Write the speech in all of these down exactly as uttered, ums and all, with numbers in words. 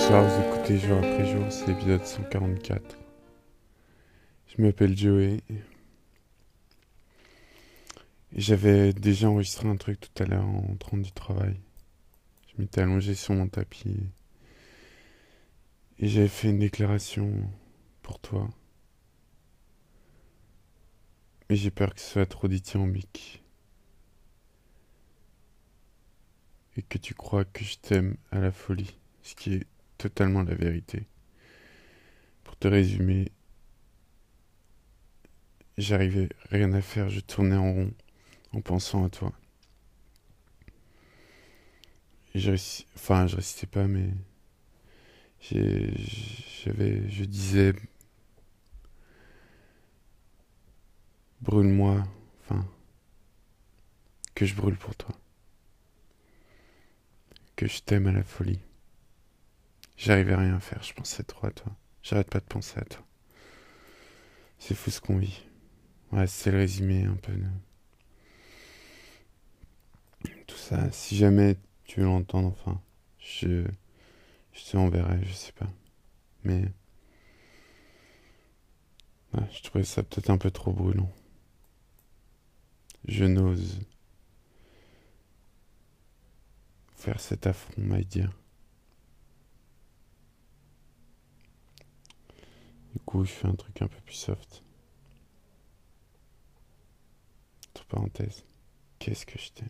Bonsoir, vous écoutez jour après jour, c'est l'épisode cent quarante-quatre. Je m'appelle Joey. Et j'avais déjà enregistré un truc tout à l'heure en rentrant du travail. Je m'étais allongé sur mon tapis et j'avais fait une déclaration pour toi. Mais j'ai peur que ce soit trop dithyrambique. Et que tu crois que je t'aime à la folie, ce qui est totalement la vérité. Pour te résumer, j'arrivais rien à faire, je tournais en rond en pensant à toi. Et je réci- enfin, je récitais pas, mais j'ai, j'avais, je disais, brûle-moi, enfin, que je brûle pour toi, que je t'aime à la folie. J'arrivais à rien à faire, je pensais trop à toi. J'arrête pas de penser à toi. C'est fou ce qu'on vit. Ouais, c'est le résumé un peu de tout ça. Si jamais tu veux l'entendre, enfin, je, je te l'enverrai, je sais pas. Mais ouais, je trouvais ça peut-être un peu trop brûlant. Je n'ose faire cet affront, m'aille dire. Du coup, je fais un truc un peu plus soft. Entre parenthèses, qu'est-ce que je t'aime.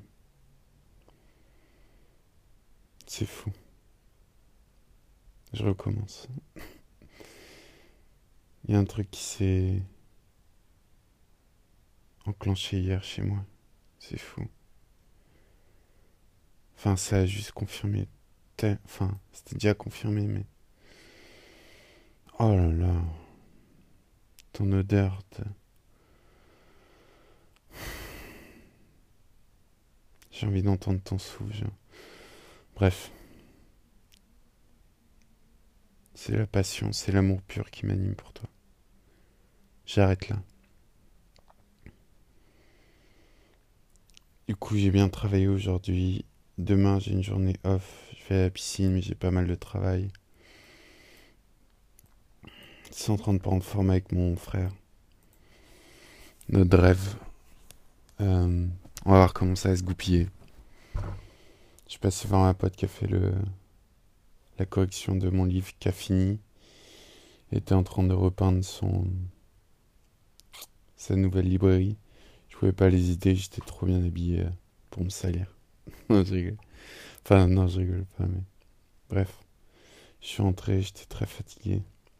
C'est fou. Je recommence. Il y a un truc qui s'est enclenché hier chez moi. C'est fou. Enfin, ça a juste confirmé. Enfin, c'était déjà confirmé, mais... Oh là là. Ton odeur de... J'ai envie d'entendre ton souffle. Bref. C'est la passion, c'est l'amour pur qui m'anime pour toi. J'arrête là. Du coup, j'ai bien travaillé aujourd'hui. Demain, j'ai une journée off. Je vais à la piscine, mais j'ai pas mal de travail. C'est en train de prendre forme avec mon frère. Notre rêve. Euh, on va voir comment ça va se goupiller. Je suis passé voir un pote qui a fait le, la correction de mon livre, qui a fini. Il était en train de repeindre son, sa nouvelle librairie. Je pouvais pas l'hésiter, j'étais trop bien habillé pour me salir. Non, je rigole. Enfin, non, je rigole pas, mais... Bref. Je suis rentré, j'étais très fatigué.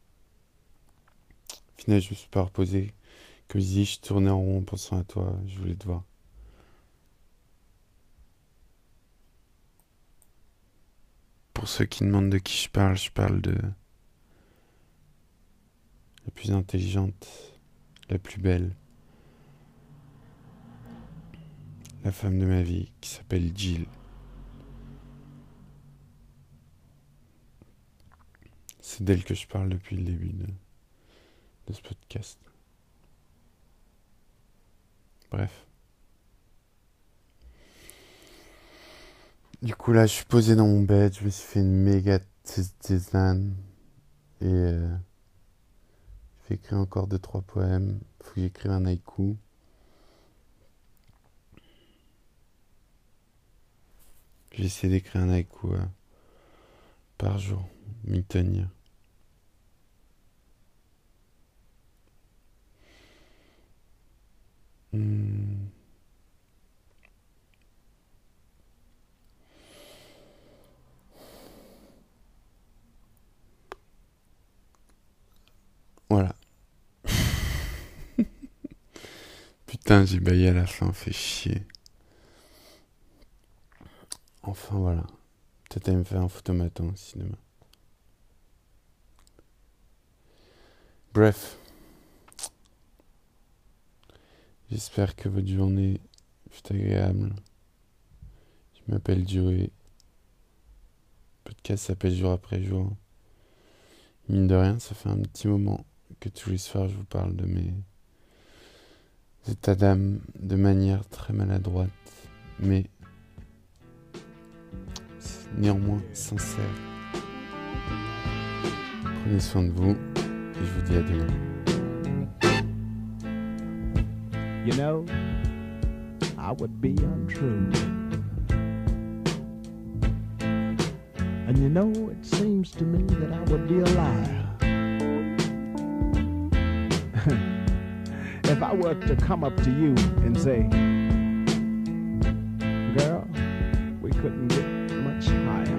Au final, je me suis pas reposé. Comme je dis, je tournais en rond en pensant à toi, je voulais te voir. Pour ceux qui demandent de qui je parle, je parle de la plus intelligente, la plus belle, la femme de ma vie, qui s'appelle Jill. C'est d'elle que je parle depuis le début de, de ce podcast. Bref. Du coup, là, je suis posé dans mon bed, je me suis fait une méga tisane. Et euh, j'ai écrit encore deux, trois poèmes. Faut que j'écrive un haïku. J'ai essayé d'écrire un haïku euh, par jour, m'y tenir. Hmm. Voilà. Putain, j'ai baillé à la fin, fait chier. Enfin, voilà. Peut-être aller me faire un photomaton aussi demain. Bref. J'espère que votre journée fut agréable. Je m'appelle Joey. Le podcast s'appelle Jour après jour. Mine de rien, ça fait un petit moment que tous les soirs je vous parle de mes états d'âme de manière très maladroite, mais néanmoins sincère. Prenez soin de vous et je vous dis à demain. You know, I would be untrue. And you know, it seems to me that I would be a liar if I were to come up to you and say, girl, we couldn't get much higher.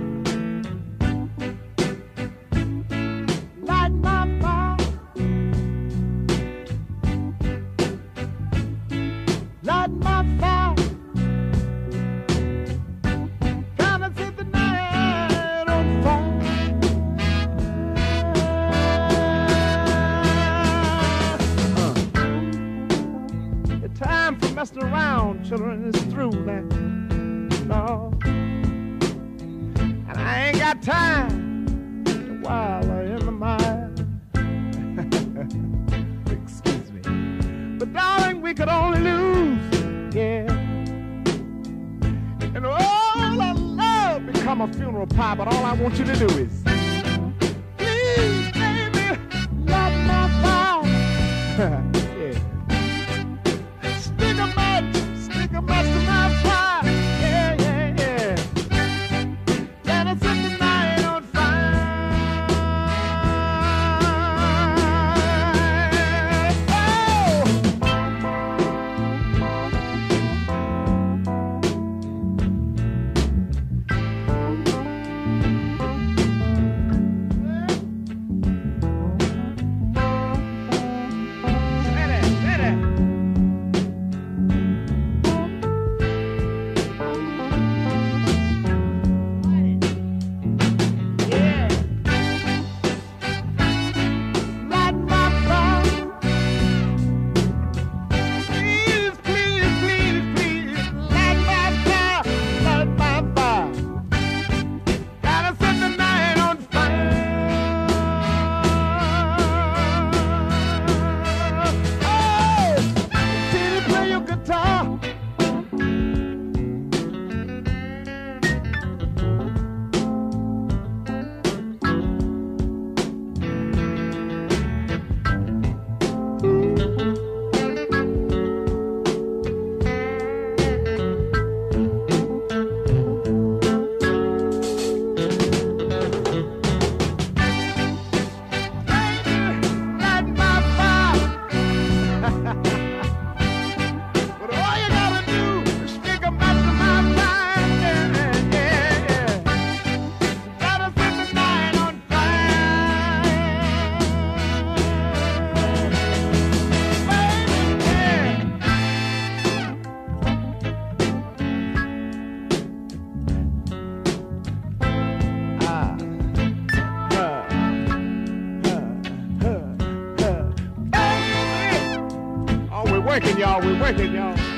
Light my fire, light my fire, gonna set the night on fire. Uh. The time for messing around, children, is through now. No, and I ain't got time to wallow in the mire. Excuse me, but darling, we could only lose, yeah. And all our love become a funeral pie. But all I want you to do is, please, baby, light my fire. Yeah, stick a match, stick a match to my fire. Working, y'all. We're working, y'all.